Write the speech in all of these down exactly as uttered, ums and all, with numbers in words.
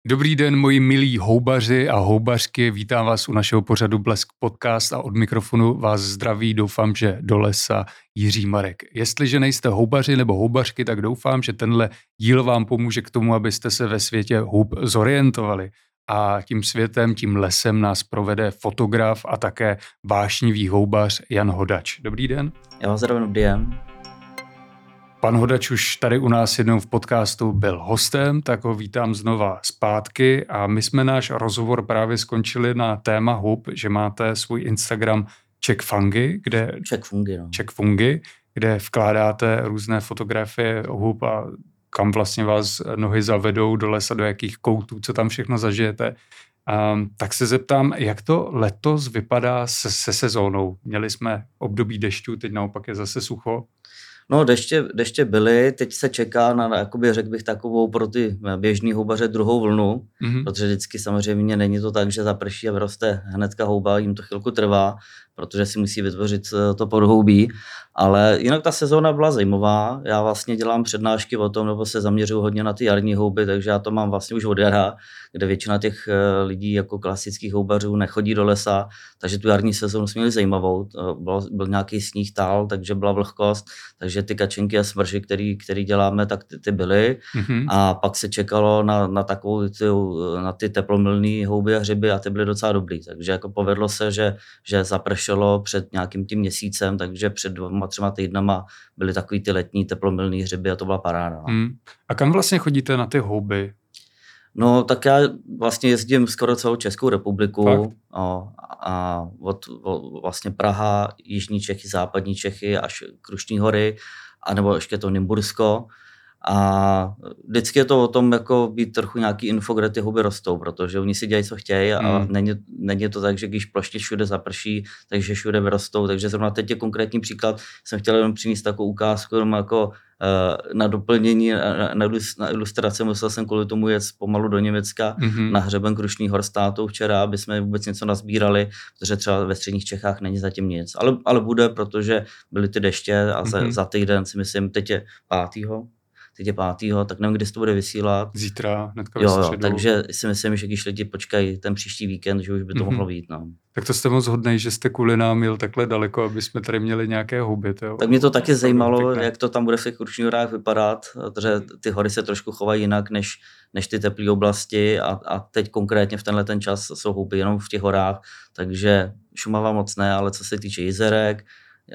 Dobrý den, moji milí houbaři a houbařky, vítám vás u našeho pořadu Blesk Podcast a od mikrofonu vás zdraví, doufám, že do lesa Jiří Marek. Jestliže nejste houbaři nebo houbařky, tak doufám, že tenhle díl vám pomůže k tomu, abyste se ve světě hub zorientovali. A tím světem, tím lesem nás provede fotograf a také vášnivý houbař Jan Hodač. Dobrý den. Já vás zdravím, dobrý den. Pan Hodač už tady u nás jednou v podcastu byl hostem, tak ho vítám znova zpátky a my jsme náš rozhovor právě skončili na téma hub, že máte svůj Instagram Czech Fungi, kde, Czech Fungi, no. Czech Fungi, kde vkládáte různé fotografie hub a kam vlastně vás nohy zavedou do lesa, do jakých koutů, co tam všechno zažijete. Um, tak se zeptám, jak to letos vypadá se, se sezónou? Měli jsme období dešťů, teď naopak je zase sucho. No, deště, deště byly, teď se čeká na, jakoby řekl bych, takovou pro ty běžný houbaře druhou vlnu, mm-hmm. protože vždycky samozřejmě není to tak, že zaprší a vyroste hnedka houba, jim to chvilku trvá, protože si musí vytvořit to podhoubí, ale jinak ta sezóna byla zajímavá, já vlastně dělám přednášky o tom, nebo se zaměřuju hodně na ty jarní houby, takže já to mám vlastně už od jara, kde většina těch lidí jako klasických houbařů nechodí do lesa, takže tu jarní sezónu jsme měli zajímavou, byl, byl nějaký sníh tál, takže byla vlhkost, takže ty kačenky a smrži, který, který děláme, tak ty, ty byly mm-hmm. a pak se čekalo na, na takovou ty, na ty teplomilné houby a hřiby a ty byly docela dobrý, takže jako povedlo se, že, že zapršelo před nějakým tím měsícem, takže před dvěma, třema týdnama byly takový ty letní teplomilný hřiby a to byla paráda. Mm. A kam vlastně chodíte na ty houby? No, tak já vlastně jezdím skoro celou Českou republiku o, a od o, vlastně Praha, Jižní Čechy, Západní Čechy až Krušní hory, anebo ještě to Nymbursko. A vždycky je to o tom, jako být trochu nějaký info, kde ty houby rostou, protože oni si dělají, co chtějí a hmm. není, není to tak, že když plošně všude zaprší, takže všude vyrostou. Takže zrovna teď je konkrétní příklad, jsem chtěl jenom přinést takovou ukázku, jenom jako na doplnění, na, na ilustraci musel jsem kvůli tomu jet pomalu do Německa mm-hmm. na hřeben Krušných hor státu včera, aby jsme vůbec něco nazbírali, protože třeba ve středních Čechách není zatím nic. Ale, ale bude, protože byly ty deště a za, mm-hmm. za týden si myslím, teď je pátýho teď je pátýho, tak nevím, kdy se to bude vysílat. Zítra, hnedka ve jo, středu. Jo, takže si myslím, že když lidi počkají ten příští víkend, že už by to mm-hmm. mohlo být. No. Tak to jste moc hodnej, že jste kvůli nám jel takhle daleko, aby jsme tady měli nějaké houby. To tak mě to taky zajímalo, jak to tam bude v těch Krušných horách vypadat, protože ty hory se trošku chovají jinak než, než ty teplé oblasti a, a teď konkrétně v tenhle ten čas jsou houby jenom v těch horách, takže Šumava moc ne, ale co se týče jezerek,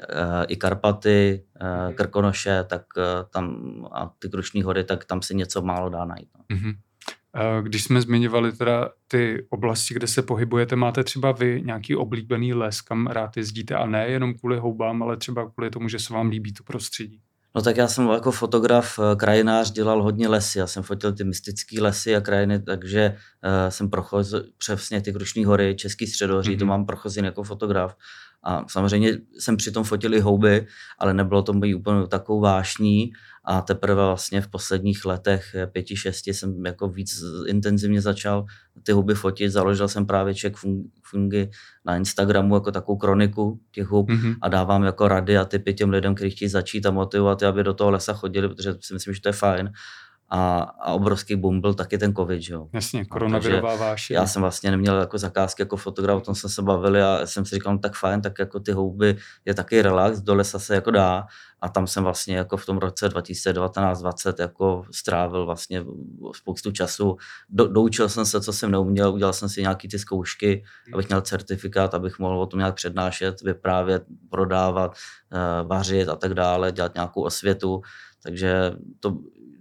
i Karpaty, Krkonoše, tak tam a ty Krušní hory, tak tam si něco málo dá najít. No. Mm-hmm. Když jsme zmiňovali teda ty oblasti, kde se pohybujete, máte třeba vy nějaký oblíbený les, kam rád jezdíte a ne jenom kvůli houbám, ale třeba kvůli tomu, že se vám líbí to prostředí? No tak já jsem jako fotograf, krajinář dělal hodně lesy, já jsem fotil ty mystické lesy a krajiny, takže uh, jsem prochozil přesně ty Krušní hory, Český středohoří, mm-hmm. to mám prochozen jako fotograf. A samozřejmě jsem přitom fotil i houby, ale nebylo to mojí úplně takovou vášní a teprve vlastně v posledních letech, pěti, šesti, jsem jako víc intenzivně začal ty houby fotit. Založil jsem právě Czech Fungi na Instagramu jako takovou kroniku těch hub mm-hmm. a dávám jako rady a tipy těm lidem, kteří chtějí začít a motivovat, aby do toho lesa chodili, protože si myslím, že to je fajn. A, a obrovský boom byl taky ten covid, že jo. Jasně, koronavirová vášeň. Já jsem vlastně neměl jako zakázky jako fotograf, o tom jsme se bavili a jsem si říkal, no tak fajn, tak jako ty houby je taky relax, do lesa se jako dá a tam jsem vlastně jako v tom roce dva tisíce devatenáct dvacet jako strávil vlastně spoustu času. Do, doučil jsem se, co jsem neuměl, udělal jsem si nějaký ty zkoušky, abych měl certifikát, abych mohl o tom nějak přednášet, vyprávět, prodávat, vařit a tak dále, dělat nějakou osvětu, takže to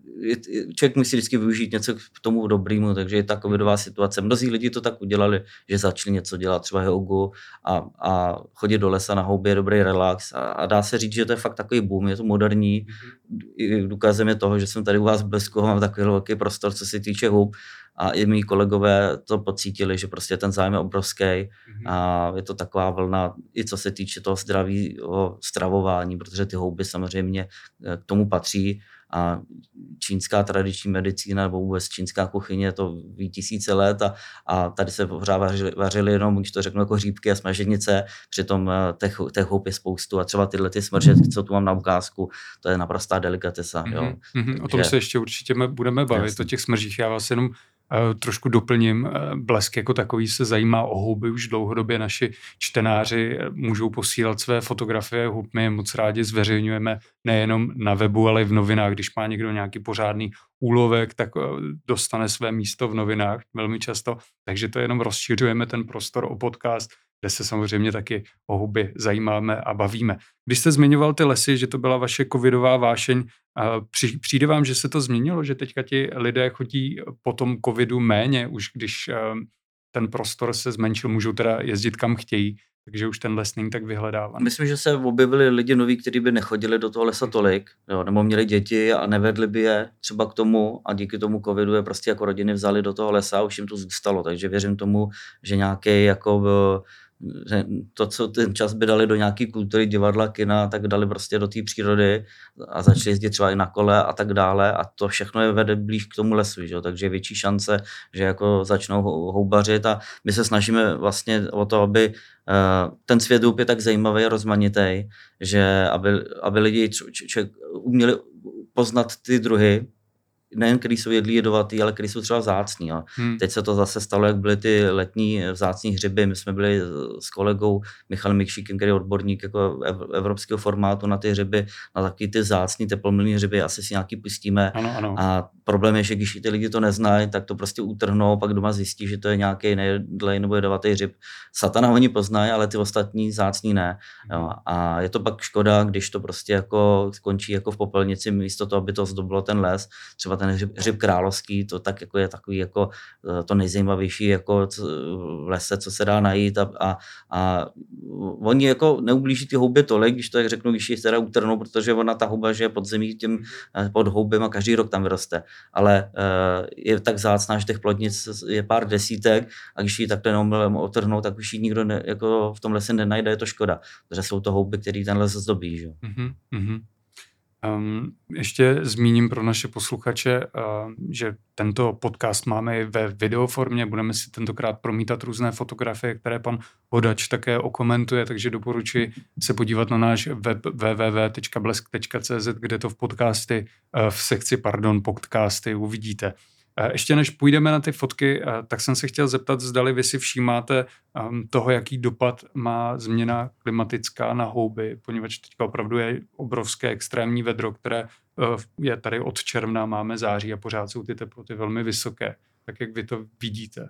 člověk musí vždycky využít něco k tomu dobrému, takže je ta covidová situace. Mnozí lidi to tak udělali, že začali něco dělat, třeba jogu a, a chodit do lesa na houby je dobrý relax a, a dá se říct, že to je fakt takový boom, je to moderní. Mm-hmm. Důkazem je toho, že jsem tady u vás v Blesku, mám takový velký prostor, co se týče hub a i mý kolegové to pocítili, že prostě ten zájem je obrovský mm-hmm. a je to taková vlna, i co se týče toho zdravého stravování, protože ty houby samozřejmě k tomu patří. A čínská tradiční medicína nebo vůbec čínská kuchyně, to ví tisíce let a, a tady se pořád vařili, vařili jenom, když to řeknu, jako hříbky a smaženice, přitom těch, těch houp je spoustu a třeba tyhle ty smrže, co tu mám na ukázku, to je naprostá delikatesa. Mm-hmm. Jo. Mm-hmm. O tom se ještě určitě budeme bavit, jasně. O těch smržích. Já vás jenom trošku doplním, Blesk jako takový se zajímá o houby už dlouhodobě. Naši čtenáři můžou posílat své fotografie hub, my je moc rádi zveřejňujeme nejenom na webu, ale i v novinách. Když má někdo nějaký pořádný úlovek, tak dostane své místo v novinách velmi často, takže to jenom rozšiřujeme ten prostor o podcast, kde se samozřejmě taky o houby zajímáme a bavíme. Když jste zmiňoval ty lesy, že to byla vaše covidová vášeň, přijde vám, že se to změnilo, že teďka ti lidé chodí po tom covidu méně, už když ten prostor se zmenšil, můžou teda jezdit kam chtějí, takže už ten les není tak vyhledávaný. Myslím, že se objevili lidi noví, kteří by nechodili do toho lesa tolik, jo, nebo měli děti a nevedli by je třeba k tomu a díky tomu covidu je prostě jako rodiny vzali do toho lesa a už jim to zůstalo, takže věřím tomu, že nějaký jako že to, co ten čas by dali do nějaký kultury, divadla, kina, tak dali prostě do té přírody a začali jezdit třeba i na kole a tak dále a to všechno je vede blíž k tomu lesu, že? Takže je větší šance, že jako začnou houbařit a my se snažíme vlastně o to, aby ten svět je tak zajímavý a rozmanitý, že aby, aby lidi č, č, uměli poznat ty druhy, nejen který jsou jedlí jedovatý, ale který jsou třeba vzácný. Jo. Hmm. Teď se to zase stalo, jak byly ty letní vzácný hřiby. My jsme byli s kolegou Michalem Mikšíkem, který je odborník jako evropského formátu na ty hřiby, na taky ty vzácný teplomilný hřiby, asi si nějaký pustíme. Ano, ano. A problém je, že když ty lidi to neznají, tak to prostě utrhnou, pak doma zjistí, že to je nějaký nejedlej nebo jedovatý hřib. Satana oni poznají, ale ty ostatní vzácný ne. Jo. A je to pak škoda, když to prostě jako skončí jako v popelnici, místo toho, aby to zdobilo ten les. Třeba ten hřib, hřib královský, to tak jako je takový jako to nejzajímavější jako v lese, co se dá najít a, a, a oni jako neublíží ty houby tolik, když to jak řeknu, když ji teda utrhnou, protože ona ta houba, že je pod zemí tím pod houbem a každý rok tam vyroste. Ale je tak vzácná, že těch plodnic je pár desítek a když ji takhle neomylem otrhnou, tak už ji nikdo ne, jako v tom lese nenajde, je to škoda, protože jsou to houby, který ten les zdobí. Že? Mm-hmm, mm-hmm. Um, ještě zmíním pro naše posluchače, uh, že tento podcast máme i ve videoformě, budeme si tentokrát promítat různé fotografie, které pan Hodač také okomentuje, takže doporučuji se podívat na náš web w w w tečka blesk tečka c z, kde to v podcasty, uh, v sekci, pardon, podcasty uvidíte. Ještě než půjdeme na ty fotky, tak jsem se chtěl zeptat, zdali vy si všímáte toho, jaký dopad má změna klimatická na houby, poněvadž teďka opravdu je obrovské extrémní vedro, které je tady od června, máme září a pořád jsou ty teploty velmi vysoké. Tak jak vy to vidíte?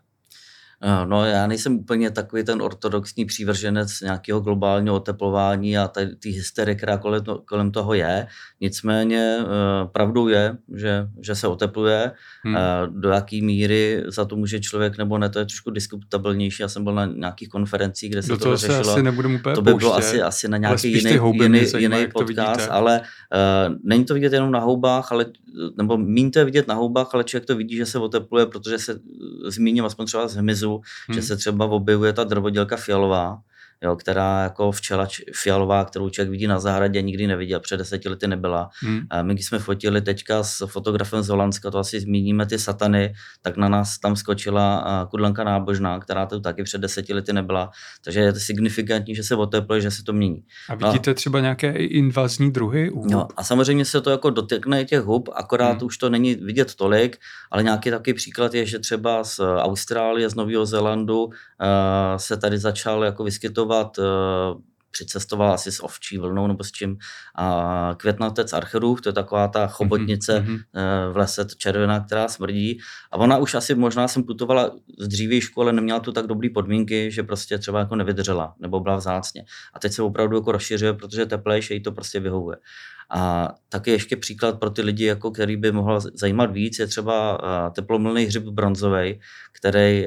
No, já nejsem úplně takový ten ortodoxní přívrženec nějakého globálního oteplování a ty hysterie, která kolem, to, kolem toho je. Nicméně pravdou je, že, že se otepluje. Hmm. Do jaký míry za to může člověk nebo ne, to je trošku diskutabilnější. Já jsem byl na nějakých konferencích, kde se do to řešilo. Asi nebudeme úplně to by pouštět, bylo asi, asi na nějaký jiný, jiný, jiný podcast, ale uh, není to vidět jenom na houbách, ale, nebo míň to je vidět na houbách, ale člověk to vidí, že se otepluje, protože se zmíním aspoň třeba z hmyzu, Hmm. že se třeba objevuje ta drvodělka fialová, jo, která jako včela fialová, kterou člověk vidí na zahradě, nikdy neviděl, před deseti lety nebyla. Hmm. A my, když jsme fotili teďka s fotografem z Holandska, to asi zmíníme ty satany, tak na nás tam skočila kudlanka nábožná, která tu taky před deseti lety nebyla. Takže je to signifikantní, že se otepluje, že se to mění. A vidíte no, třeba nějaké invazní druhy? No, a samozřejmě se to jako dotkne těch hub, akorát hmm. už to není vidět tolik, ale nějaký takový příklad je, že třeba z Austrálie, z Nového Zélandu uh, se tady začal jako vyskytovat přicestoval asi s ovčí vlnou nebo s čím a květnatec archerův, to je taková ta chobotnice mm-hmm. v lese červená, která smrdí a ona už asi možná jsem putovala z dřívějšku, ale neměla tu tak dobrý podmínky, že prostě třeba jako nevydržela nebo byla vzácně a teď se opravdu jako rozšiřuje, protože teplejší, jí to prostě vyhovuje. A taky ještě příklad pro ty lidi, jako který by mohl zajímat víc, je třeba teplomilný hřib bronzovej, který,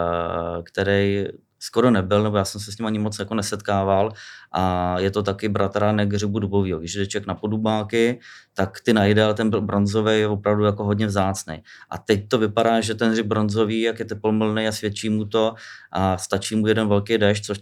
který skoro nebyl, nebo já jsem se s ním ani moc jako nesetkával a je to taky bratránek hřibu dubovýho. Když jde člověk na podubáky, tak ty najde, ale ten bronzový je opravdu jako hodně vzácný. A teď to vypadá, že ten hřib bronzový, jak je teplomilný a svědčí mu to a stačí mu jeden velký déšť, což teď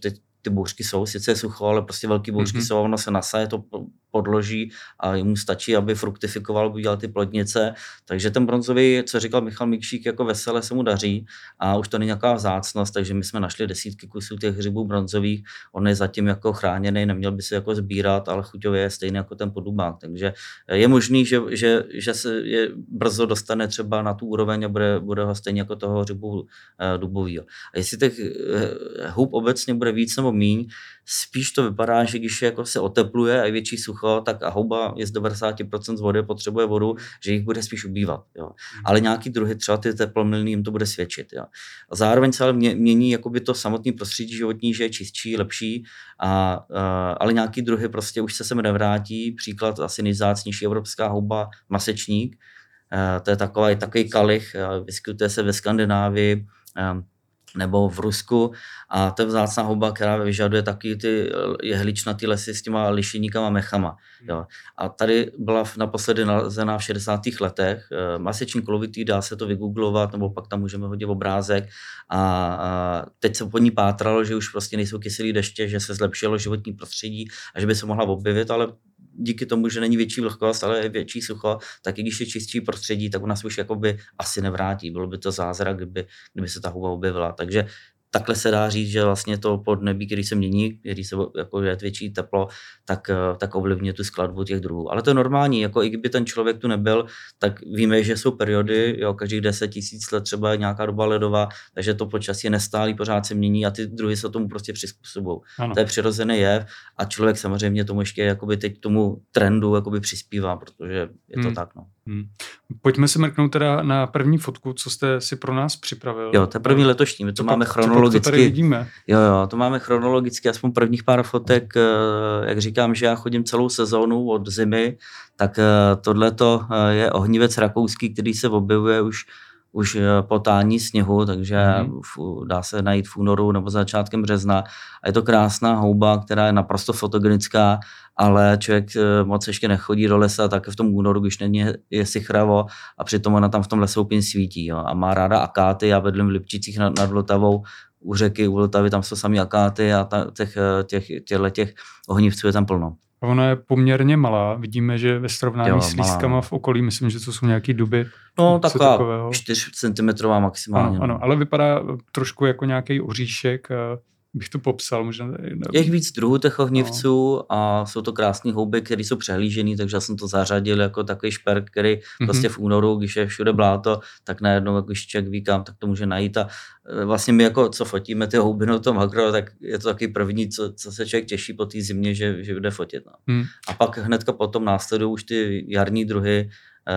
ty bouřky jsou, sice je sucho, ale prostě velký bouřky mm-hmm. jsou, ono se nasaje to podloží a jemu stačí, aby fruktifikoval, aby udělal ty plodnice. Takže ten bronzový, co říkal Michal Mikšík, jako vesele se mu daří a už to není nějaká vzácnost, takže my jsme našli desítky kusů těch hřibů bronzových. On je zatím jako chráněný, neměl by se jako sbírat, ale chuťově je stejný jako ten podubák. Takže je možný, že, že, že se je brzo dostane třeba na tu úroveň a bude, bude ho stejně jako toho hřibu eh, dubovýho. A jestli těch eh, hub obecně bude víc nebo míň, spíš to vypadá, že když jako se otepluje a je větší sucho, tak a houba je z devadesát procent z vody, potřebuje vodu, že jich bude spíš ubývat. Jo. Ale nějaký druhy, třeba ty teplomilný, jim to bude svědčit. Jo. A zároveň se ale mění jakoby to samotné prostředí životní, že je čistší, lepší, a, a, ale nějaký druhy prostě už se sem nevrátí. Příklad asi nejvzácnější evropská houba masečník. A, to je takový, takový kalich, vyskytuje se ve Skandinávii, a, nebo v Rusku a to je vzácná houba, která vyžaduje taky ty jehličnatý lesy s těma lišeníkama, mechama. Jo. A tady byla naposledy nalezená v šedesátých letech. Masečník kolovitý, dá se to vygooglovat, nebo pak tam můžeme hodit obrázek a, a teď se po ní pátralo, že už prostě nejsou kyselý deště, že se zlepšilo životní prostředí a že by se mohla objevit, ale díky tomu, že není větší vlhkost, ale je větší sucho, tak i když je čistší prostředí, tak u nás už jakoby asi nevrátí. Bylo by to zázrak, kdyby, kdyby se ta houba objevila. Takže takhle se dá říct, že vlastně to podnebí, který se mění, když se jako je větší teplo, tak, tak ovlivňuje tu skladbu těch druhů. Ale to je normální, jako i kdyby ten člověk tu nebyl, tak víme, že jsou periody, jo, každých deset tisíc let třeba je nějaká doba ledová, takže to počasí je nestálý, pořád se mění a ty druhy se tomu prostě přizpůsobují. To je přirozený jev a člověk samozřejmě tomu ještě jakoby teď tomu trendu jakoby přispívá, protože je to hmm. tak. No. Hmm. Pojďme se mrknout teda na první fotku, co jste si pro nás připravil. Jo, to je první letošní, my to co máme pak, chronologicky. Co tady vidíme? Jo, jo, to máme chronologicky, aspoň prvních pár fotek, jak říkám, že já chodím celou sezónu od zimy, tak tohleto je ohnivec rakouský, který se objevuje už už po tání sněhu, takže mm. dá se najít v únoru nebo začátkem března. A je to krásná houba, která je naprosto fotogenická, ale člověk moc ještě nechodí do lesa, tak v tom únoru, když není je sichravo a přitom ona tam v tom lese úplně svítí. Jo. A má ráda akáty a vedle v Lipčicích nad, nad Vltavou u řeky, u Vltavy, tam jsou samý akáty a ta, těch, těch, těchto těch ohnivců je tam plno. A ona je poměrně malá. Vidíme, že ve srovnání jo, s lístkama v okolí, myslím, že to jsou nějaký duby. No, taková čtyři centimetry maximálně. Ano, ano, ale vypadá trošku jako nějaký oříšek. Bych to popsal. Možná... Je jich víc druhů těch ohnivců no. a jsou to krásné houby, které jsou přehlížené, takže já jsem to zařadil jako takový šperk, který mm-hmm. prostě v únoru, když je všude bláto, tak najednou, když člověk ví kam, tak to může najít. A vlastně my jako, co fotíme ty houby na tom agro, tak je to taky první, co, co se člověk těší po té zimě, že, že bude fotit. No. Mm. A pak hnedka potom následují už ty jarní druhy,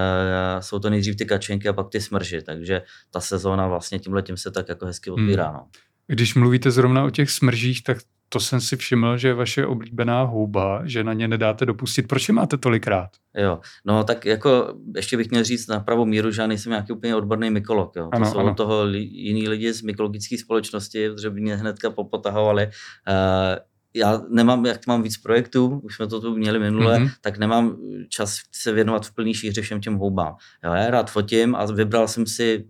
Uh, jsou to nejdřív ty kačenky a pak ty smrži, takže ta sezóna vlastně tímhletím se tak jako hezky otvírá. Hmm. No. Když mluvíte zrovna o těch smržích, tak to jsem si všiml, že je vaše oblíbená houba, že na ně nedáte dopustit. Proč je máte tolikrát? Jo, no tak jako ještě bych měl říct na pravou míru, že já nejsem nějaký úplně odborný mykolog. Jo. Ano, to jsou ano. od toho li, jiný lidi z mykologické společnosti, protože by mě hnedka popotahovali. Uh, Já nemám, jak mám víc projektů, už jsme to tu měli minule, mm-hmm. tak nemám čas se věnovat v plný šíři všem těm houbám. Jo, já rád fotím a vybral jsem si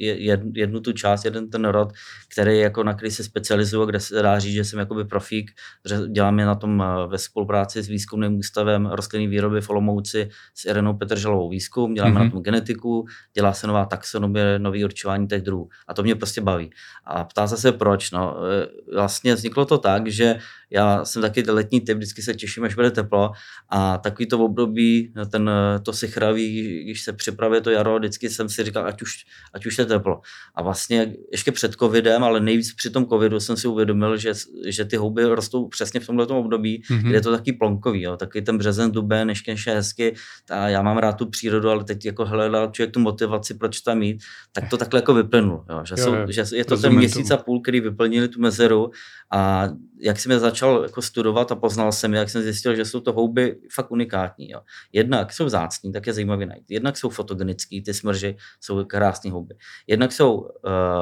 jednu tu část, jeden ten rod, který jako na který se specializuju, kde se dá říct, že jsem jakoby profík, že děláme na tom ve spolupráci s výzkumným ústavem rostlinné výroby v Olomouci s Irenou Petržalovou výzkum, děláme mm-hmm. na tom genetiku, dělá se nová taxonomie, nový určování těch druhů. A to mě prostě baví. A ptá se se proč. No, vlastně vzniklo to tak, že já jsem taky letní typ, vždycky se těším, až bude teplo a takový to období, ten, to sichraví, když se připravuje to jaro, vždycky jsem si říkal, ať už, ať už je teplo. A vlastně ještě před covidem, ale nejvíc při tom covidu jsem si uvědomil, že, že ty houby rostou přesně v tomto období, mm-hmm. kde je to taky plonkový, jo, taky ten březen, duben, ještě je hezky. A já mám rád tu přírodu, ale teď jako hledal člověk tu motivaci, proč tam jít, tak to takhle jako vyplnul, jo, že, jo, jsou, jo. že je to ten měsíc a půl, který vyplnili tu mezeru a jak jsem je začal jako studovat a poznal jsem je, jak jsem zjistil, že jsou to houby fakt unikátní. Jo. Jednak jsou vzácní, tak je zajímavý najít. Jednak jsou fotogenický, ty smrži jsou krásné houby. Jednak jsou uh,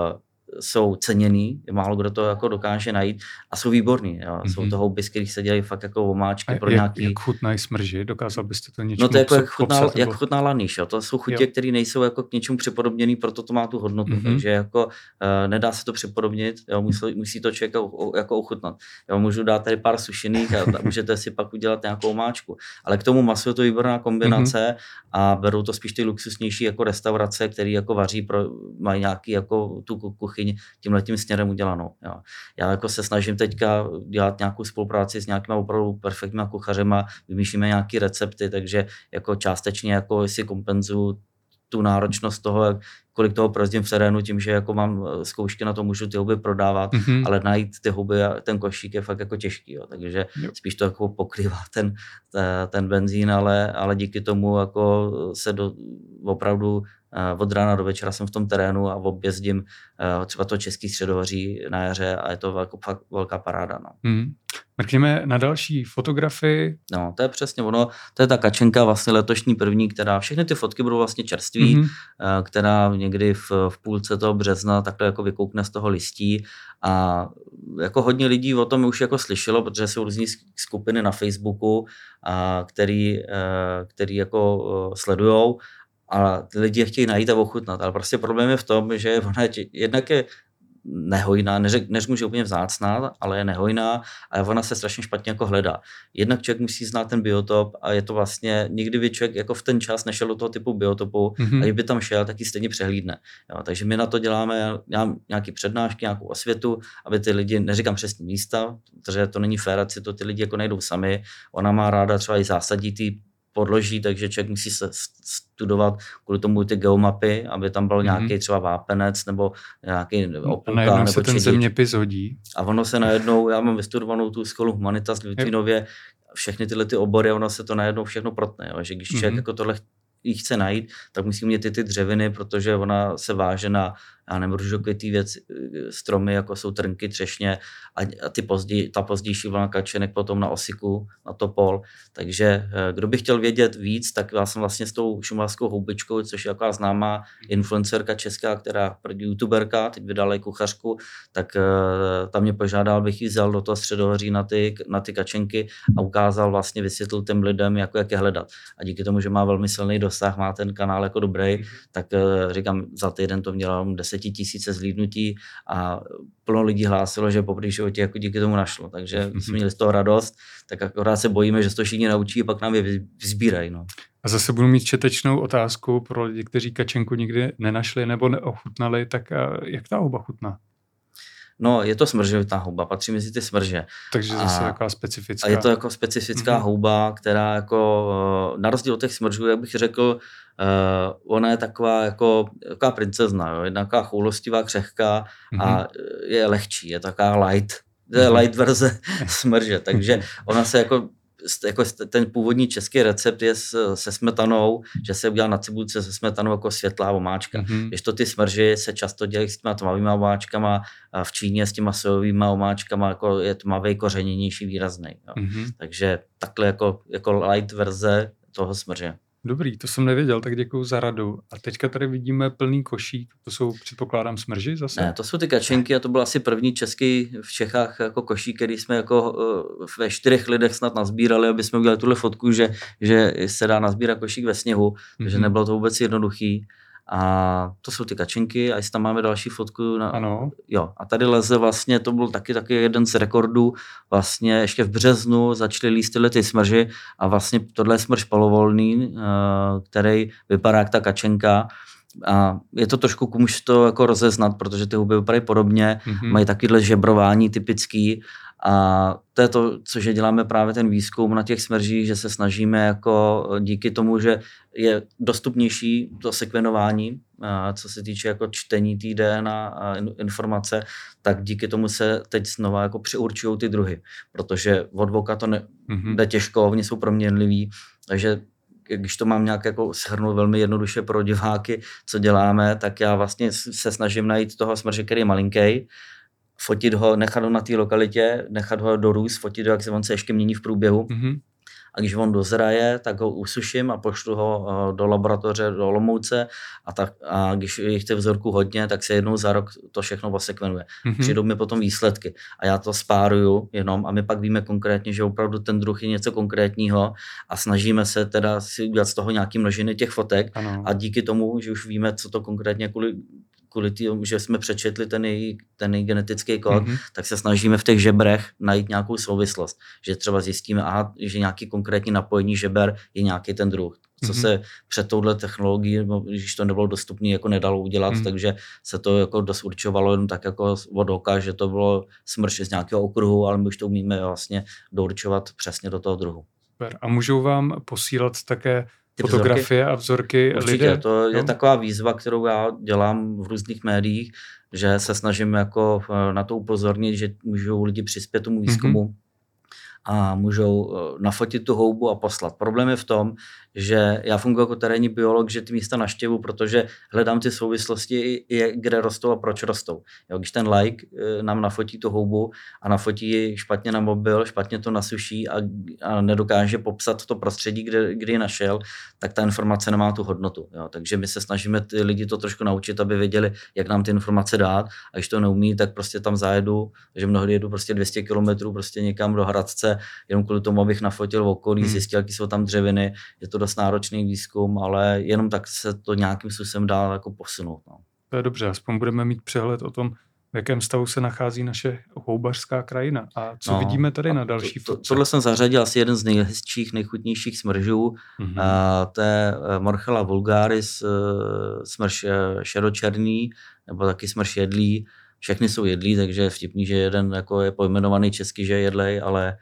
jsou ceněný, málo kdo to jako dokáže najít a jsou výborný. Jo. Mm-hmm. Jsou to houby, z kterých se dělají fakt jako omáčky a pro jak, nějaký... Jak chutnají smrži? Dokázal byste to něčemu No to je jako popsat, jak chutná, popsat, jak nebo... chutná laníš. Jo. To jsou chutě, které nejsou jako k něčemu připodobněný, proto to má tu hodnotu. Mm-hmm. Takže jako uh, nedá se to připodobnit, jo, musí, musí to člověk jako, jako ochutnat. Já můžu dát tady pár sušených a můžete si pak udělat nějakou omáčku. Ale k tomu masu je to výborná kombinace mm-hmm. a berou to spíš ty luxusnější jako restaurace, které jako vaří, pro, mají nějaký jako tu kuchyň tímhletím směrem udělanou. Jo. Já jako se snažím teďka dělat nějakou spolupráci s nějakýma opravdu perfektníma kuchařema, vymýšlíme nějaké recepty, takže jako částečně jako si kompenzuju tu náročnost toho, jak, kolik toho projezdím v terénu tím, že jako mám zkoušky na to, můžu ty houby prodávat, mm-hmm. ale najít ty houby a ten košík je fakt jako těžký, jo. Takže jo. spíš to jako pokrývá ten, ten benzín, ale, ale díky tomu jako se do, opravdu od rána do večera jsem v tom terénu a objezdím třeba to Český středohoří na jaře a je to jako fakt velká paráda. No. Hmm. Mrkněme na další fotografii. No, to je přesně ono, to je ta kačenka vlastně letošní první, která, všechny ty fotky budou vlastně čerství, mm-hmm. která někdy v, v půlce toho března takhle jako vykoukne z toho listí a jako hodně lidí o tom už jako slyšelo, protože jsou různý skupiny na Facebooku, a který, který jako sledujou a ty lidi je chtějí najít a ochutnat, ale prostě problém je v tom, že ona je, jednak je nehojná, neřek, neřeknu, že úplně vzácná, ale je nehojná a ona se strašně špatně jako hledá. Jednak člověk musí znát ten biotop a je to vlastně, nikdy by člověk jako v ten čas nešel do toho typu biotopu mm-hmm. a když by tam šel, tak ji stejně přehlídne. Jo, takže my na to děláme nějaké přednášky, nějakou osvětu, aby ty lidi, neříkám přesně místa, protože to není fér, ať si to ty lidi jako najdou sami. Ona má ráda třeba i zásadí ty podloží, takže člověk musí se studovat kvůli tomu ty geomapy, aby tam byl mm-hmm. nějaký třeba vápenec nebo nějaký opulka. Nebo se ten zeměpis hodí. A ono se najednou, já mám vystudovanou tu školu Humanitas v Litvínově, všechny tyhle ty obory, ono se to najednou všechno protne, jo? Že když člověk mm-hmm. jako tohle jí chce najít, tak musí mít ty, ty dřeviny, protože ona se váže na, já nevím, růžokvětý věc, stromy, jako jsou trnky, třešně a, a ty později, ta pozdější vlna kačenek potom na osiku, na topol. Takže kdo by chtěl vědět víc, tak já jsem vlastně s tou šumavskou houbičkou, což je taková známá influencerka česká, která youtuberka, teď vydala i kuchařku, tak uh, tam mě požádal, abych ji vzal do toho středohoří na ty, na ty kačenky a ukázal vlastně, vysvětlil těm lidem, jako jak je hledat. A díky tomu, že má velmi silný dosah, má ten kanál jako dobrý, tak uh, říkám, za týden to mělo deset tisíce zhlídnutí a plno lidí hlásilo, že po životě jako díky tomu našlo. Takže jsme měli z toho radost, tak akorát se bojíme, že se to všichni naučí a pak nám je vyzbírají. No. A zase budu mít četečnou otázku pro lidi, kteří kačenku nikdy nenašli nebo neochutnali, tak jak ta houba chutná? No, je to smržovitá houba, patří mezi ty smrže. Takže zase taková specifická. A je to jako specifická mm-hmm. houba, která jako, na rozdíl od těch smržů, jak bych řekl, uh, ona je taková jako taková princezna, jo? Jedna taková choulostivá, křehká mm-hmm. a je lehčí, je taková light, to je light verze smrže, takže ona se jako jako ten původní český recept je se smetanou, že se udělá na cibulce se smetanou jako světlá omáčka. Mm-hmm. Když to ty smrži se často dělají s těma tmavýma omáčkama a v Číně s těma sojovýma omáčkama jako je tmavý, kořeněnější, výrazný. Mm-hmm. Takže takhle jako, jako light verze toho smrže. Dobrý, to jsem nevěděl, tak děkuju za radu. A teďka tady vidíme plný košík, to jsou, předpokládám, smrži zase? Ne, to jsou ty kačenky a to byl asi první český v Čechách jako košík, který jsme jako ve čtyřech lidech snad nazbírali, aby jsme udělali tuhle fotku, že, že se dá nazbírat košík ve sněhu, mm-hmm. takže nebylo to vůbec jednoduchý. A to jsou ty kačenky a jestli tam máme další fotku. Na, ano. Jo, a tady leze vlastně, to byl taky, taky jeden z rekordů, vlastně ještě v březnu začaly líst tyhle ty smrži a vlastně tohle je smrž palovolný, který vypadá jak ta kačenka. A je to trošku kůž to jako rozeznat, protože ty huby vypadají podobně, mm-hmm. mají takovýhle žebrování typický a to je to, což děláme právě ten výzkum na těch smržích, že se snažíme jako díky tomu, že je dostupnější to sekvenování, co se týče jako čtení té D N A informace, tak díky tomu se teď znova jako přiurčují ty druhy, protože od voka to ne, mm-hmm. jde těžko, oni jsou proměnliví, takže když to mám nějak jako shrnout velmi jednoduše pro diváky, co děláme, tak já vlastně se snažím najít toho smrže, který je malinký, fotit ho, nechat ho na té lokalitě, nechat ho dorůst, fotit ho, jak se on se ještě mění v průběhu. Mm-hmm. A když on dozraje, tak ho usuším a pošlu ho do laboratoře do Olomouce a, tak, a když je těch vzorků hodně, tak se jednou za rok to všechno osekvenuje. Mm-hmm. Přijdou mi potom výsledky a já to spáruju jenom a my pak víme konkrétně, že opravdu ten druh je něco konkrétního a snažíme se teda si udělat z toho nějaký množiny těch fotek ano. A díky tomu, že už víme, co to konkrétně kvůli kvůli tím, že jsme přečetli ten její, ten její genetický kód, mm-hmm. tak se snažíme v těch žebrech najít nějakou souvislost. Že třeba zjistíme, aha, že nějaký konkrétní napojení žeber je nějaký ten druh. Co mm-hmm. se před touhle technologií, když to nebylo dostupné, jako nedalo udělat, mm-hmm. takže se to jako dost určovalo jenom tak jako od oka, že to bylo smrš z nějakého okruhu, ale my už to umíme vlastně dourčovat přesně do toho druhu. Super. A můžou vám posílat také ty fotografie vzorky? A vzorky Určitě, lidé? To je jo? taková výzva, kterou já dělám v různých médiích, že se snažím jako na to upozornit, že můžou lidi přispět tomu výzkumu mm-hmm. a můžou nafotit tu houbu a poslat. Problém je v tom, že já funguji jako terénní biolog, že ty místa naštěvu, protože hledám ty souvislosti, kde rostou a proč rostou. Jo, když ten like nám nafotí tu houbu a nafotí ji špatně na mobil, špatně to nasuší a, a nedokáže popsat to prostředí, kde, kde ji našel, tak ta informace nemá tu hodnotu. Jo. Takže my se snažíme ty lidi to trošku naučit, aby věděli, jak nám ty informace dát, a když to neumí, tak prostě tam zajedu, že mnohdy jedu prostě dvě stě kilometrů prostě někam do Hradce, jenom kvůli tomu, abych nafotil v okolí, hmm. zjistil, jaký jsou tam dřeviny. Je to dost náročný výzkum, ale jenom tak se to nějakým způsobem dá jako posunout. No. To je dobře, aspoň budeme mít přehled o tom, v jakém stavu se nachází naše houbařská krajina. A co no, vidíme tady na další to, to, Tohle jsem zařadil asi jeden z nejhezčích, nejchutnějších smržů. Mm-hmm. Uh, to je Morchella vulgaris, uh, smrš šedočerný, nebo taky smrš jedlý. Všechny jsou jedlí, takže je vtipný, že jeden jako je pojmenovaný česky, že je jedlej, ale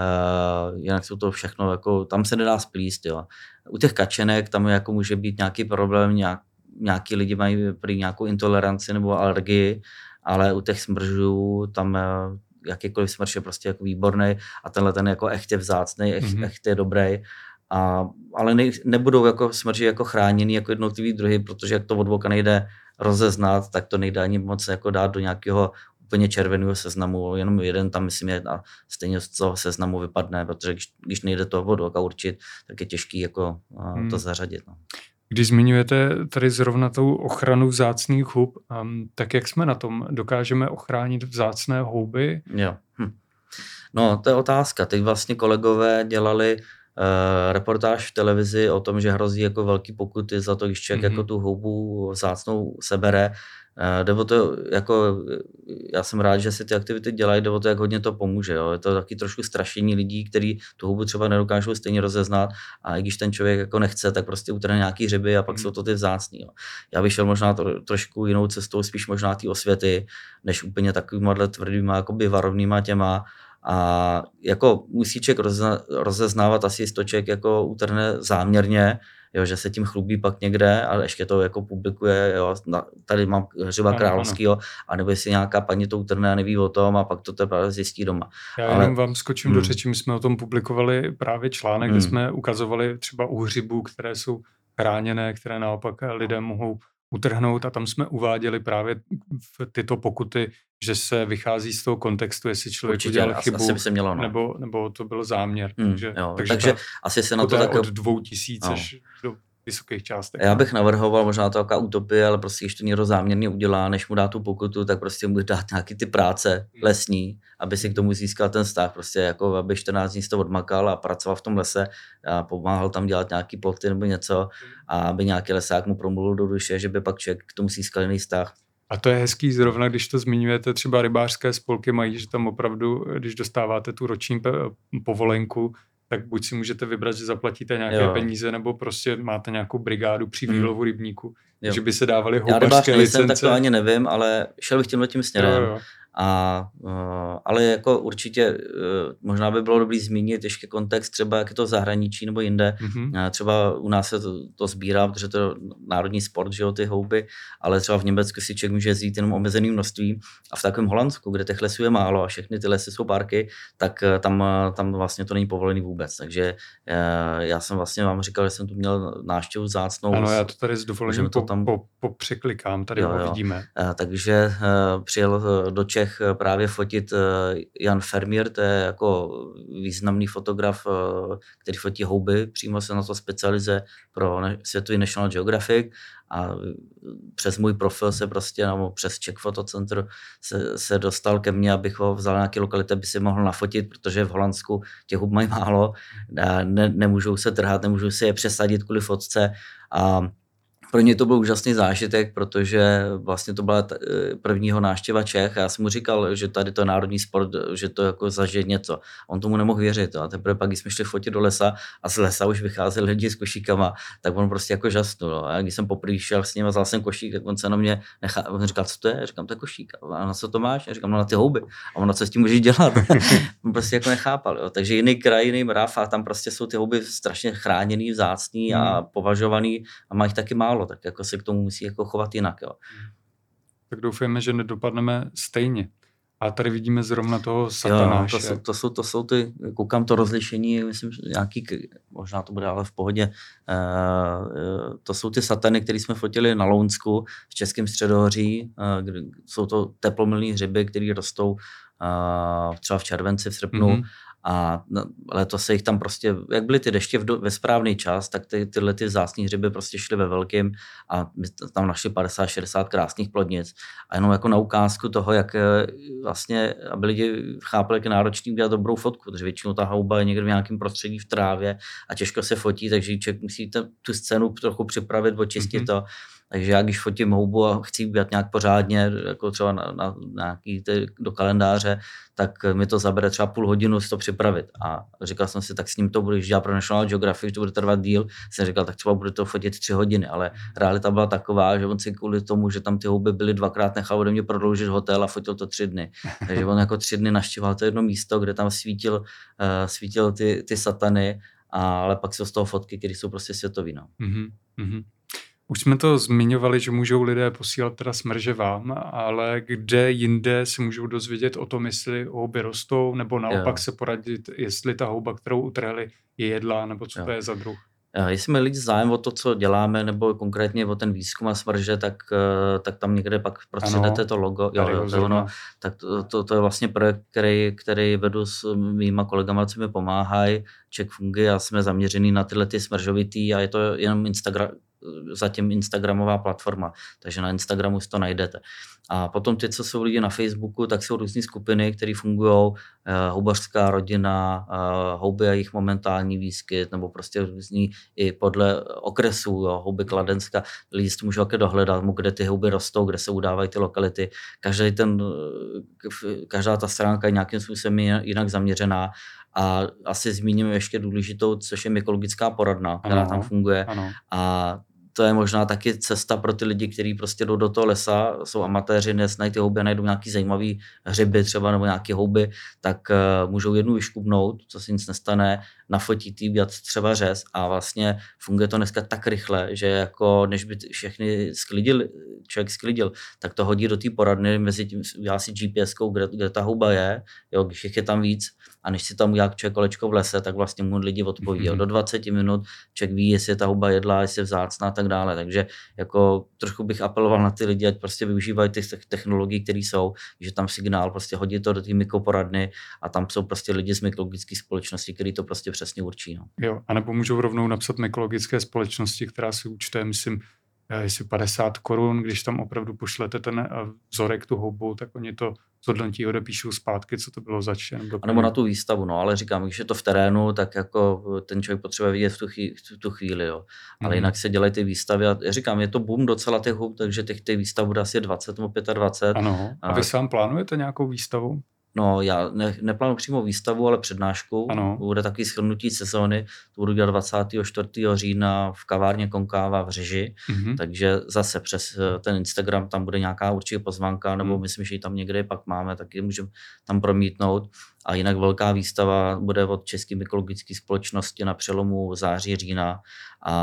Uh, jinak jsou to všechno, jako, tam se nedá splíst. Jo. U těch kačenek tam jako může být nějaký problém, nějak, nějaký lidi mají prý nějakou intoleranci nebo alergii, ale u těch smržů tam jakýkoliv smrš je prostě jako výborný a tenhle ten jako echt je vzácný, echt, mm-hmm. echt je dobrý. A, ale ne, nebudou jako smrži jako chráněný jako jednotlivý druhy, protože jak to od voka nejde rozeznat, tak to nejde ani moc jako dát do nějakého úplně červeného seznamu, jenom jeden tam myslím je a stejně z toho seznamu vypadne, protože když, když nejde to od oka určit, tak je těžký jako hmm. to zařadit. No. Když zmiňujete tady zrovna tou ochranu vzácných hub, um, tak jak jsme na tom? Dokážeme ochránit vzácné houby? Jo. Hm. No, to je otázka. Teď vlastně kolegové dělali Uh, reportáž v televizi o tom, že hrozí jako velký pokuty za to, když člověk mm-hmm. jako tu houbu vzácnou sebere. Uh, jde o to, jako, já jsem rád, že si ty aktivity dělají, jde o to, jak hodně to pomůže. Jo. Je to taky trošku strašení lidí, kteří tu houbu třeba nedokážou stejně rozeznat a i když ten člověk jako nechce, tak prostě utrhne nějaký hřiby a pak mm. jsou to ty vzácný. Jo. Já bych šel možná to, trošku jinou cestou, spíš možná ty osvěty, než úplně takovýma tvrdýma jakoby varovnýma těma. A jako musí člověk rozezna, rozeznávat, asi jestli to člověk jako utrhne záměrně, jo, že se tím chlubí pak někde a ještě to jako publikuje, jo, tady mám hřiba královskýho, anebo jestli nějaká paní to utrhne a neví o tom a pak to teprve zjistí doma. Já Ale... jenom vám skočím hmm. do řeči, my jsme o tom publikovali právě článek, hmm. kde jsme ukazovali třeba u hřibů, které jsou chráněné, které naopak lidé mohou utrhnout a tam jsme uváděli právě v tyto pokuty, že se vychází z toho kontextu, jestli člověk Určitě, udělal asi, chybu, asi by se mělo, no. nebo, nebo to byl záměr. Hmm, takže jo, takže, takže asi se na to tak... od dvou tisíc no. až do vysokých částek. Já bych navrhoval možná to taková utopie, ale prostě když to někdo záměrně udělá, než mu dá tu pokutu, tak prostě mu dát nějaký ty práce lesní, aby si k tomu získal ten vztah, prostě jako aby čtrnáct dní to odmakal a pracoval v tom lese a pomáhal tam dělat nějaký ploty nebo něco a aby nějaký lesák mu promluvil do duše, že by pak člověk k tomu získal jiný vztah. A to je hezký zrovna, když to zmiňujete, třeba rybářské spolky mají, že tam opravdu, když dostáváte tu roční povolenku, tak buď si můžete vybrat, že zaplatíte nějaké jo. peníze, nebo prostě máte nějakou brigádu při výlovu rybníku, jo. že by se dávaly houbařské licence. Já tak to ani nevím, ale šel bych tímhle tím směrem. Jo, jo. A, uh, ale jako určitě uh, možná by bylo dobrý zmínit ještě kontext třeba, jak je to v zahraničí nebo jinde. Mm-hmm. Uh, třeba u nás se to, to sbírá, protože to je národní sport, že jo, ty houby, ale třeba v Německu si člověk může vzít jenom omezený množství a v takovém Holandsku, kde těch lesů je málo a všechny ty lesy jsou parky, tak uh, tam, uh, tam vlastně to není povolený vůbec. Takže uh, já jsem vlastně vám říkal, že jsem tu měl návštěvu vzácnou. Ano, já to tady s dovolením po, tam... po, po překlikám, tady jo, ho jo. vidíme. Uh, takže uh, přijel do Čech Čech právě fotit Jan Vermeer, to je jako významný fotograf, který fotí houby, přímo se na to specializuje pro světový National Geographic a přes můj profil se prostě, nebo přes Czech Photo Center se, se dostal ke mně, abych ho vzal na nějaké lokality, aby si mohl nafotit, protože v Holandsku těch hub mají málo, ne, nemůžou se trhat, nemůžou si je přesadit kvůli fotce a pro mě to byl úžasný zážitek, protože vlastně to byla prvního návštěva Čech a já jsem mu říkal, že tady to je národní sport, že to jako zažije něco. On tomu nemohl věřit a teprve pak, když jsme šli fotit do lesa a z lesa už vycházeli lidi s košíkama, tak on prostě jako žasnul. No. A když jsem poprvé šel s ním a vzal jsem košík, tak on se na mě nechá, on říkal, co to je? Já říkám, to je košík. A na co to máš? Já říkám, no na ty houby. A on, na co s tím můžeš dělat? On prostě jako nechápal. Jo. Takže jiný kraj, jiný mrav a tam prostě jsou ty houby strašně chráněný, vzácný a považovaný a mají taky málo, tak jako se k tomu musí jako chovat jinak. Jo. Tak doufujeme, že nedopadneme stejně. A tady vidíme zrovna toho satanáše. Jo, to, jsou, to, jsou, to jsou ty, koukám to rozlišení, myslím, nějaký, možná to bude ale v pohodě, e, to jsou ty satany, které jsme fotili na Lounsku v Českém středohoří, e, kde jsou to teplomilné hřiby, které rostou e, třeba v červenci, v srpnu. Mm-hmm. A letos se jich tam prostě, jak byly ty deště v do, ve správný čas, tak ty, tyhle ty vzácný hřiby prostě šly ve velkým a my tam našli padesát šedesát krásných plodnic. A jenom jako na ukázku toho, jak vlastně, aby lidi chápali, jak je náročný udělat dobrou fotku, protože většinou ta houba je někde v nějakém prostředí v trávě a těžko se fotí, takže člověk musí tu scénu trochu připravit, očistit mm-hmm. to. Takže já, když fotím houbu a chci udělat nějak pořádně, jako třeba na, na, na nějaký ty, do kalendáře, tak mi to zabere třeba půl hodinu si to připravit. A říkal jsem si, tak s ním to budu, když dělat pro National Geographic, to bude trvat díl. Jsem říkal, tak třeba bude to fotit tři hodiny, ale realita byla taková, že on si kvůli tomu, že tam ty houby byly dvakrát, nechal ode mě prodloužit hotel a fotil to tři dny. Takže on jako tři dny navštěvoval to jedno místo, kde tam svítil, uh, svítil ty, ty satany, a, ale pak jsou z toho fotky, které jsou prostě světový. No. Mm-hmm. Už jsme to zmiňovali, že můžou lidé posílat teda smrže vám, ale kde jinde se můžou dozvědět o tom, jestli houby rostou, nebo naopak jo. se poradit, jestli ta houba, kterou utrhli, je jedlá, nebo co jo. to je za druh? Jestli mají lidi zájem o to, co děláme, nebo konkrétně o ten výzkum a smrže, tak, tak tam někde pak prostřednete to logo. Jo, jo, to, ono, tak to, to, to je vlastně projekt, který, který vedu s mýma kolegama, co mi pomáhají. Czech Fungi a jsme zaměřený na tyhle ty smržovitý a je to jenom Instagram, zatím Instagramová platforma, takže na Instagramu si to najdete. A potom ty, co jsou lidi na Facebooku, tak jsou různé skupiny, které fungují, houbařská rodina, houby a jejich momentální výskyt, nebo prostě různý i podle okresů, jo, houby Kladenska, lidi si to můžou také dohledat, kde ty houby rostou, kde se udávají ty lokality. Každý ten, každá ta stránka je nějakým způsobem jinak zaměřená. A asi zmíním ještě důležitou, což je mykologická poradna, která ano, tam funguje. Ano. A to je možná taky cesta pro ty lidi, kteří prostě jdou do toho lesa, jsou amatéři, nesnají ty houby a najdou nějaký zajímavý hřiby třeba nebo nějaké houby, tak uh, můžou jednu vyškubnout, co si nic nestane, nafotit jí, udělat třeba řez a vlastně funguje to dneska tak rychle, že jako než by všechny sklidil, člověk sklidil, tak to hodí do té poradny, mezi tím udělá si G P S kou, kde, kde ta houba je, jo, když je tam víc a než si tam udělá člověk kolečko v lese, tak vlastně mu lidi odpoví. Mm-hmm. Jo, do dvacet minut člověk ví, jestli je ta houba jedlá, jestli je vzácná a tak dále. Takže jako trošku bych apeloval na ty lidi, ať prostě využívají těch technologií, které jsou, že tam signál, prostě hodí to do té mykoporadny a tam jsou prostě lidi z mykologické společnosti, kteří to prostě přesně určí. No. Jo, a nebo můžou rovnou napsat mykologické společnosti, která si účtuje, myslím, jestli padesát korun, když tam opravdu pošlete ten vzorek, tu houbu, tak oni to zhodnotí, odepíšou zpátky, co to bylo zač. A nebo na tu výstavu, no, ale říkám, když je to v terénu, tak jako ten člověk potřebuje vidět v tu, chvíli, v tu chvíli, jo. Ale mm. jinak se dělají ty výstavy a říkám, je to boom docela těch hub, takže těch, těch výstav bude asi dvacet nebo dvacet pět. Ano, a vy sám plánujete nějakou výstavu? No, já ne, neplánuji přímo výstavu, ale přednášku. Ano. Bude takový shrnutí sezóny. To budu dělat dvacátého čtvrtého října v kavárně Konkáva v Řeži. Mm-hmm. Takže zase přes ten Instagram tam bude nějaká určitě pozvánka, nebo mm. myslím, že ji tam někde pak máme, tak ji můžeme tam promítnout. A jinak velká výstava bude od České mykologické společnosti na přelomu září října. A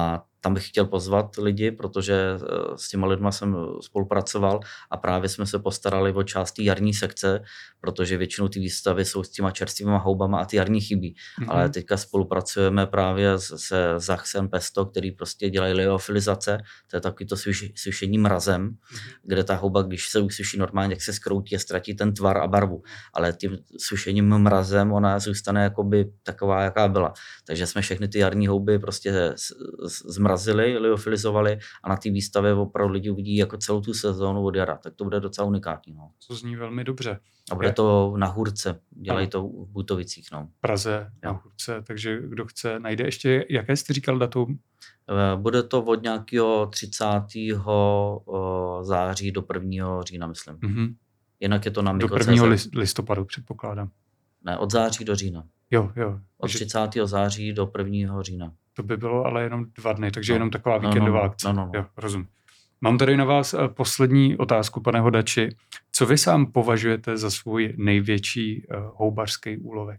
tam bych chtěl pozvat lidi, protože s těma lidma jsem spolupracoval a právě jsme se postarali o část té jarní sekce, protože většinou ty výstavy jsou s těma čerstvýma houbama a ty jarní chybí. Mm-hmm. Ale teďka spolupracujeme právě se Zachsem Pesto, který prostě dělají liofilizace, to je takový to sušení mrazem, mm-hmm. kde ta houba, když se usuší normálně, jak se zkroutí a ztratí ten tvar a barvu. Ale tím sušením mrazem ona zůstane jakoby taková, jaká byla. Takže jsme všechny ty jarní houby prostě zmrazili, liofilizovali a na té výstavě opravdu lidi uvidí jako celou tu sezónu od jara. Tak to bude docela unikátní. No. To zní velmi dobře. A bude to na Hůrce, dělají to v Butovicích. No. Praze na Hůrce, takže kdo chce, najde ještě, jaké jste říkal datum? Bude to od nějakého třicátého září do prvního října, myslím. Mm-hmm. Jinak je to na Miko do prvního listopadu, předpokládám. Ne, od září do října. Jo, jo. Od třicátého září do prvního října. To by bylo ale jenom dva dny, takže no. jenom taková víkendová no, no, akce. No, no, no. Jo, rozumím. Mám tady na vás poslední otázku, pane Hodači. Co vy sám považujete za svůj největší uh, houbařský úlovek?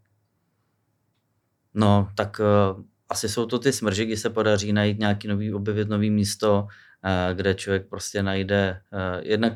No, tak uh, asi jsou to ty smrži, kdy se podaří najít nějaký nový, objevit nový místo, uh, kde člověk prostě najde. Uh, jednak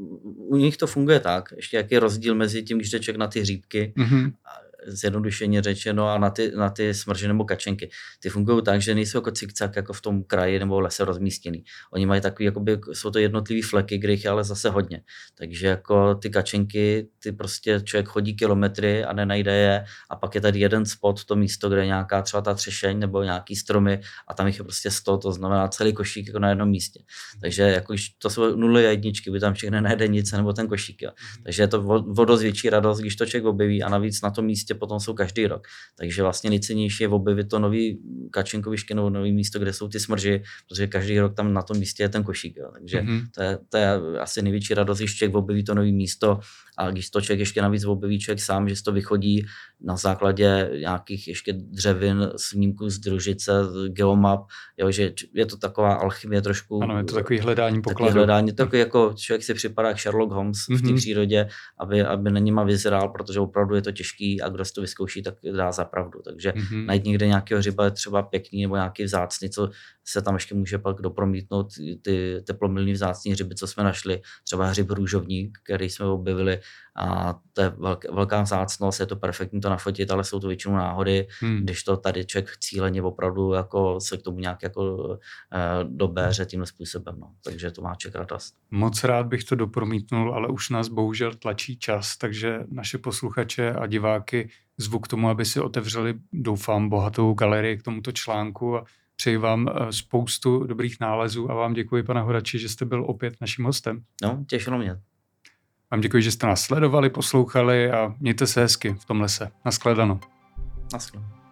u nich to funguje tak, ještě jaký je rozdíl mezi tím, když jde člověk na ty hříbky, mm-hmm. zjednodušeně řečeno, a na ty, na ty smrže nebo kačenky. Ty fungují tak, že nejsou jako cikcak jako v tom kraji nebo lese rozmístěný. Oni mají takový, jakoby, jsou to jednotlivý fleky, kde jich je ale zase hodně. Takže jako ty kačenky, ty prostě člověk chodí kilometry a nenajde je a pak je tady jeden spot, to místo, kde je nějaká třeba ta třešeň nebo nějaký stromy a tam jich je prostě sto, to znamená celý košík jako na jednom místě. Takže jako to jsou nuly a jedničky, by tam všechny najde nic nebo ten košík. Jo. Takže je to o dost větší radost, když to člověk objeví a navíc na tom místě potom jsou každý rok. Takže vlastně nejcennější je objevit to nový kačenkoviště nebo nový místo, kde jsou ty smrži, protože každý rok tam na tom místě je ten košík. Jo. Takže mm-hmm. to, je, to je asi největší radost, když člověk objeví to nový místo a když to člověk ještě navíc objeví člověk sám, že to vychodí na základě nějakých ještě dřevin, snímků z družice, geomap, jo, že je to taková alchymie trošku. Ano, je to takový hledání pokladu. Takový hledání, takový jako člověk si připadá jak Sherlock Holmes mm-hmm. v té přírodě, aby, aby na nima vyzrál, protože opravdu je to těžký a kdo si to vyzkouší, tak dá za pravdu. Takže mm-hmm. najít někde nějakého hřiba je třeba pěkný nebo nějaký vzácný, co se tam ještě může pak dopromítnout, ty teplomilný vzácný hřiby, co jsme našli, třeba hřib růžovník, který jsme objevili a to je velká, velká vzácnost, je to perfektní to nafotit, ale jsou to většinou náhody, hmm. když to tady člověk cíleně opravdu jako se k tomu nějak jako eh, dobéře tímhle způsobem. No. Takže to má člověk radost. Moc rád bych to dopromítnul, ale už nás bohužel tlačí čas, takže naše posluchače a diváky zvu k tomu, aby si otevřeli, doufám, bohatou galerii k tomuto článku a přeji vám spoustu dobrých nálezů a vám děkuji, pane Hodači, že jste byl opět naším hostem. No, těšilo mě. Vám děkuji, že jste nás sledovali, poslouchali a mějte se hezky v tom lese. Naschledanou. Naschledanou.